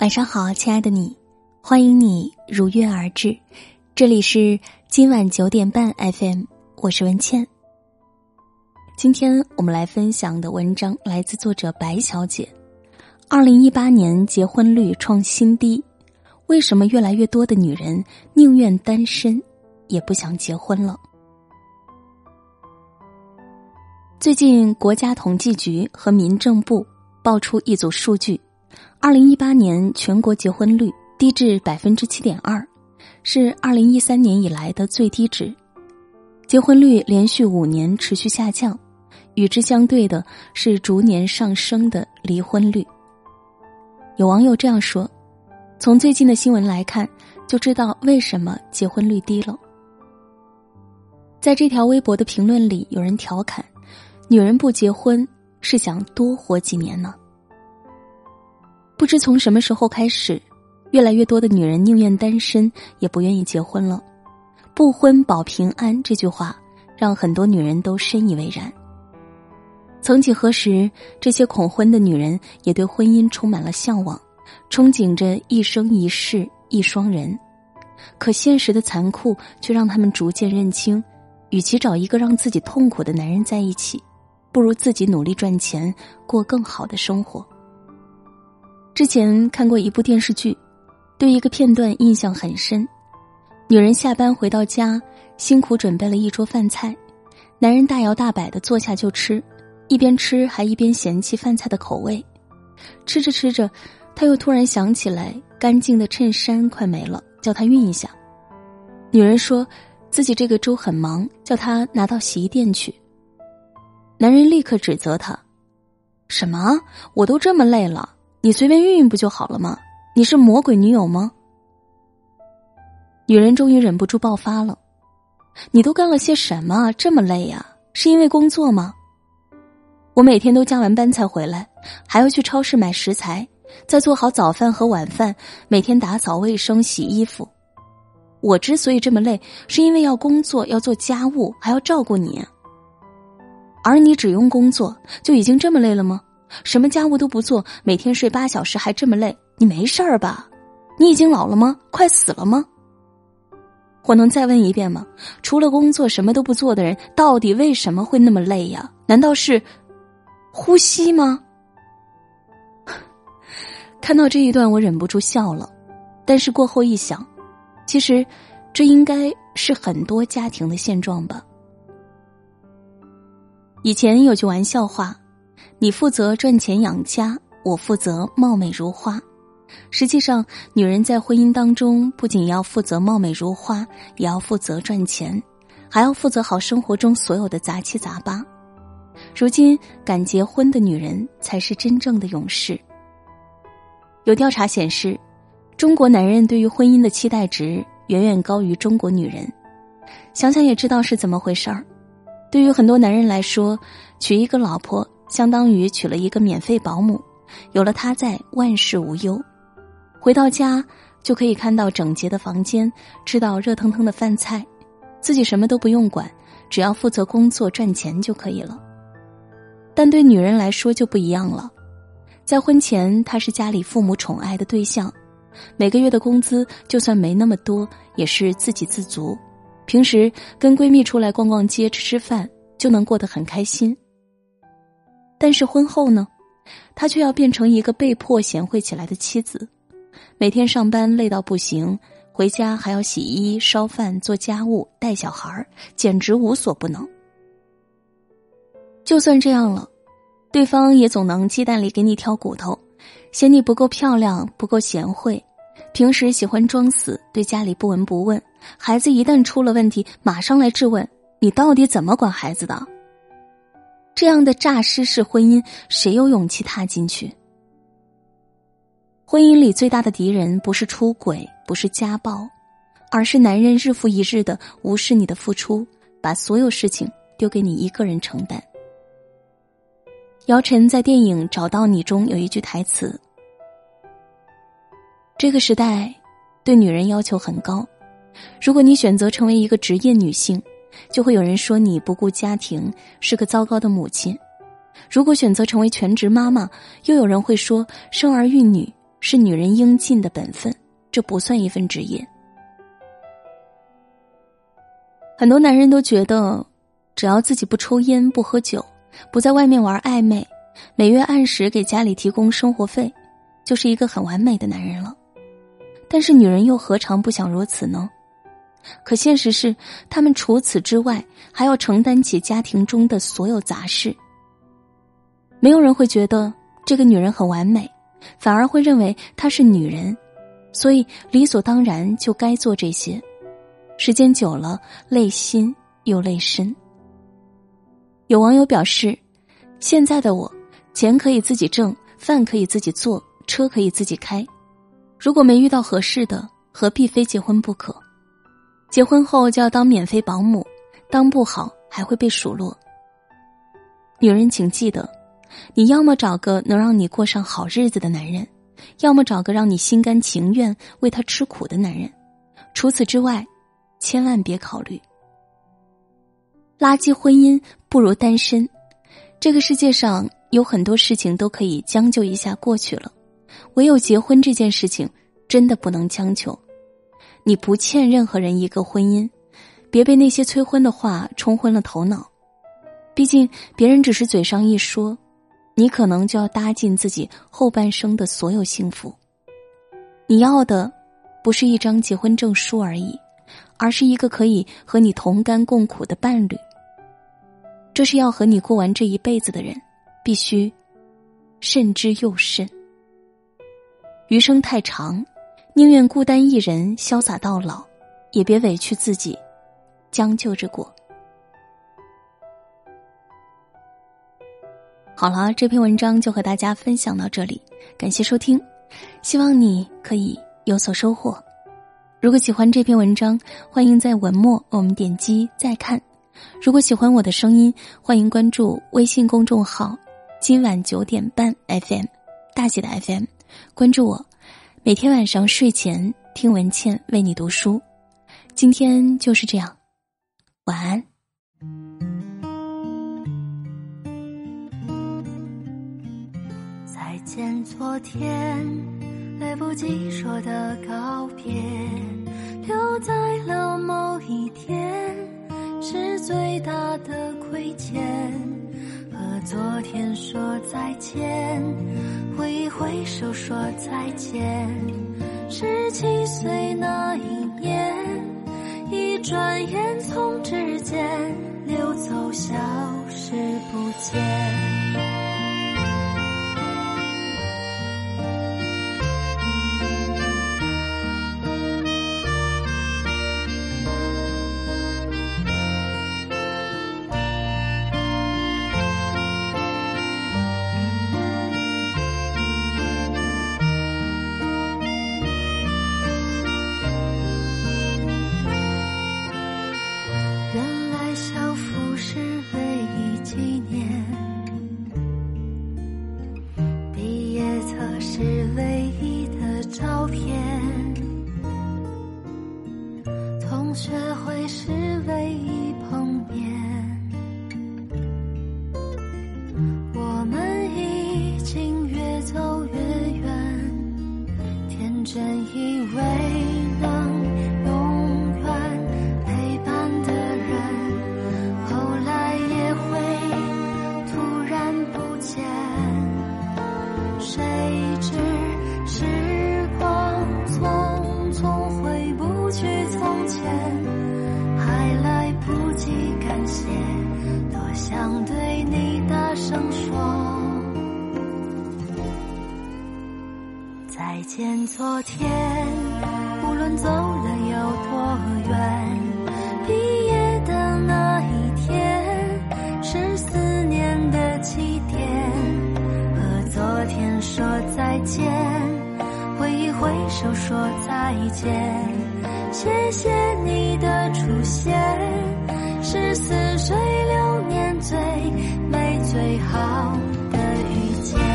晚上好，亲爱的你，欢迎你如约而至，这里是今晚9点半 FM， 我是文倩。今天我们来分享的文章来自作者白小姐。2018年结婚率创新低，为什么越来越多的女人宁愿单身也不想结婚了？最近国家统计局和民政部爆出一组数据，2018年全国结婚率低至 7.2%， 是2013年以来的最低值。结婚率连续5年持续下降，与之相对的是逐年上升的离婚率。有网友这样说，从最近的新闻来看，就知道为什么结婚率低了。在这条微博的评论里，有人调侃，女人不结婚是想多活几年呢？不知从什么时候开始，越来越多的女人宁愿单身也不愿意结婚了。不婚保平安这句话让很多女人都深以为然。曾几何时，这些恐婚的女人也对婚姻充满了向往，憧憬着一生一世一双人。可现实的残酷却让她们逐渐认清，与其找一个让自己痛苦的男人在一起，不如自己努力赚钱，过更好的生活。之前看过一部电视剧，对一个片段印象很深。女人下班回到家，辛苦准备了一桌饭菜，男人大摇大摆地坐下就吃，一边吃还一边嫌弃饭菜的口味。吃着吃着，他又突然想起来干净的衬衫快没了，叫他熨一下。女人说自己这个周很忙，叫他拿到洗衣店去。男人立刻指责他，什么？我都这么累了，你随便熨熨不就好了吗？你是魔鬼女友吗？女人终于忍不住爆发了，你都干了些什么这么累呀？是因为工作吗？我每天都加完班才回来，还要去超市买食材，再做好早饭和晚饭，每天打扫卫生洗衣服。我之所以这么累，是因为要工作，要做家务，还要照顾你。而你只用工作就已经这么累了吗？什么家务都不做，每天睡8小时还这么累，你没事儿吧？你已经老了吗？快死了吗？我能再问一遍吗？除了工作什么都不做的人，到底为什么会那么累呀？难道是呼吸吗？看到这一段我忍不住笑了，但是过后一想，其实这应该是很多家庭的现状吧。以前有句玩笑话，你负责赚钱养家，我负责貌美如花。实际上，女人在婚姻当中不仅要负责貌美如花，也要负责赚钱，还要负责好生活中所有的杂七杂八。如今敢结婚的女人才是真正的勇士。有调查显示，中国男人对于婚姻的期待值远远高于中国女人。想想也知道是怎么回事儿。对于很多男人来说，娶一个老婆相当于娶了一个免费保姆，有了她在，万事无忧。回到家就可以看到整洁的房间，吃到热腾腾的饭菜，自己什么都不用管，只要负责工作赚钱就可以了。但对女人来说就不一样了，在婚前她是家里父母宠爱的对象，每个月的工资就算没那么多，也是自给自足，平时跟闺蜜出来逛逛街吃吃饭就能过得很开心。但是婚后呢，她却要变成一个被迫贤惠起来的妻子，每天上班累到不行，回家还要洗衣烧饭做家务带小孩，简直无所不能。就算这样了，对方也总能鸡蛋里给你挑骨头，嫌你不够漂亮不够贤惠，平时喜欢装死，对家里不闻不问，孩子一旦出了问题马上来质问你到底怎么管孩子的。这样的诈尸式婚姻，谁有勇气踏进去？婚姻里最大的敌人不是出轨，不是家暴，而是男人日复一日的无视你的付出，把所有事情丢给你一个人承担。姚晨在电影《找到你》中有一句台词，这个时代对女人要求很高，如果你选择成为一个职业女性，就会有人说你不顾家庭，是个糟糕的母亲；如果选择成为全职妈妈，又有人会说生儿育女是女人应尽的本分，这不算一份职业。很多男人都觉得，只要自己不抽烟、不喝酒，不在外面玩暧昧，每月按时给家里提供生活费，就是一个很完美的男人了。但是女人又何尝不想如此呢？可现实是，他们除此之外还要承担起家庭中的所有杂事。没有人会觉得这个女人很完美，反而会认为她是女人，所以理所当然就该做这些。时间久了，累心又累身。有网友表示，现在的我，钱可以自己挣，饭可以自己做，车可以自己开，如果没遇到合适的，何必非结婚不可？结婚后就要当免费保姆，当不好还会被数落。女人请记得，你要么找个能让你过上好日子的男人，要么找个让你心甘情愿为他吃苦的男人，除此之外千万别考虑。垃圾婚姻不如单身，这个世界上有很多事情都可以将就一下过去了，唯有结婚这件事情真的不能将就。你不欠任何人一个婚姻，别被那些催婚的话冲昏了头脑。毕竟别人只是嘴上一说，你可能就要搭进自己后半生的所有幸福。你要的不是一张结婚证书而已，而是一个可以和你同甘共苦的伴侣。这是要和你过完这一辈子的人，必须慎之又慎。余生太长，宁愿孤单一人潇洒到老，也别委屈自己将就着过。好了，这篇文章就和大家分享到这里，感谢收听，希望你可以有所收获。如果喜欢这篇文章，欢迎在文末我们点击再看。如果喜欢我的声音，欢迎关注微信公众号今晚9点半 FM 大写的 FM， 关注我，每天晚上睡前听文倩为你读书。今天就是这样，晚安。 再见昨天，来不及说的告别，留在了某一天，是最大的亏欠。和昨天说再见，挥一挥手说再见。17岁那一年，一转眼从指尖溜走，消失不见。原来校服是唯一纪念，毕业册是唯一的照片，同学会是唯一碰面。我们已经越走越远，天真以为能永远陪伴的人，后来也会突然不见。谁知时光匆匆回不去从前，还来不及感谢，多想对你大声说再见昨天。无论走了有多远，毕业的那一天是思念的起点。和昨天说再见，挥一挥手说再见。谢谢你的出现，是似水流年最美最好的遇见。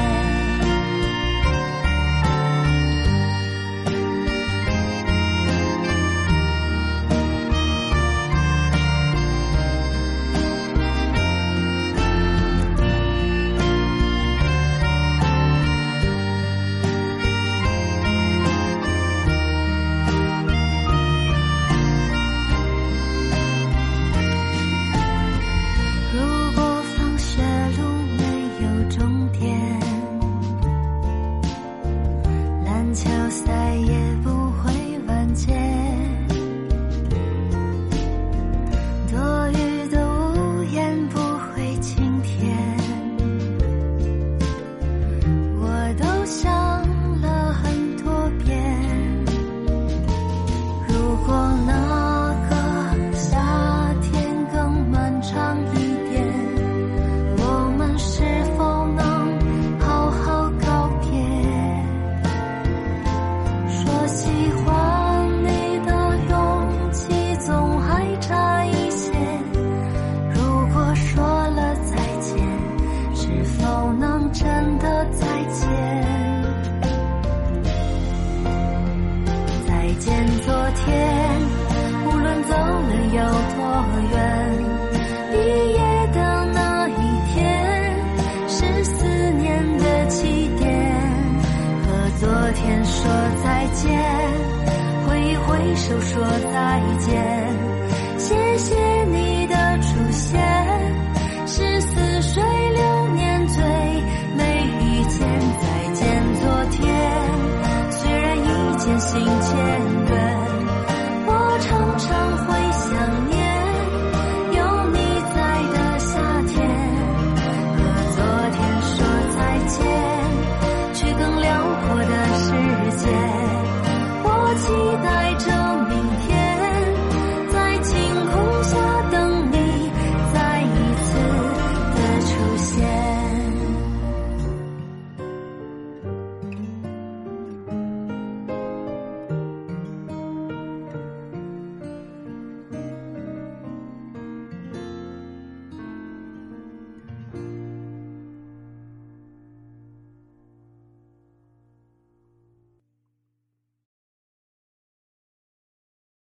见，挥一挥手说再见，谢谢你的出现，是似水流年最美一见，再见昨天，虽然一见心牵。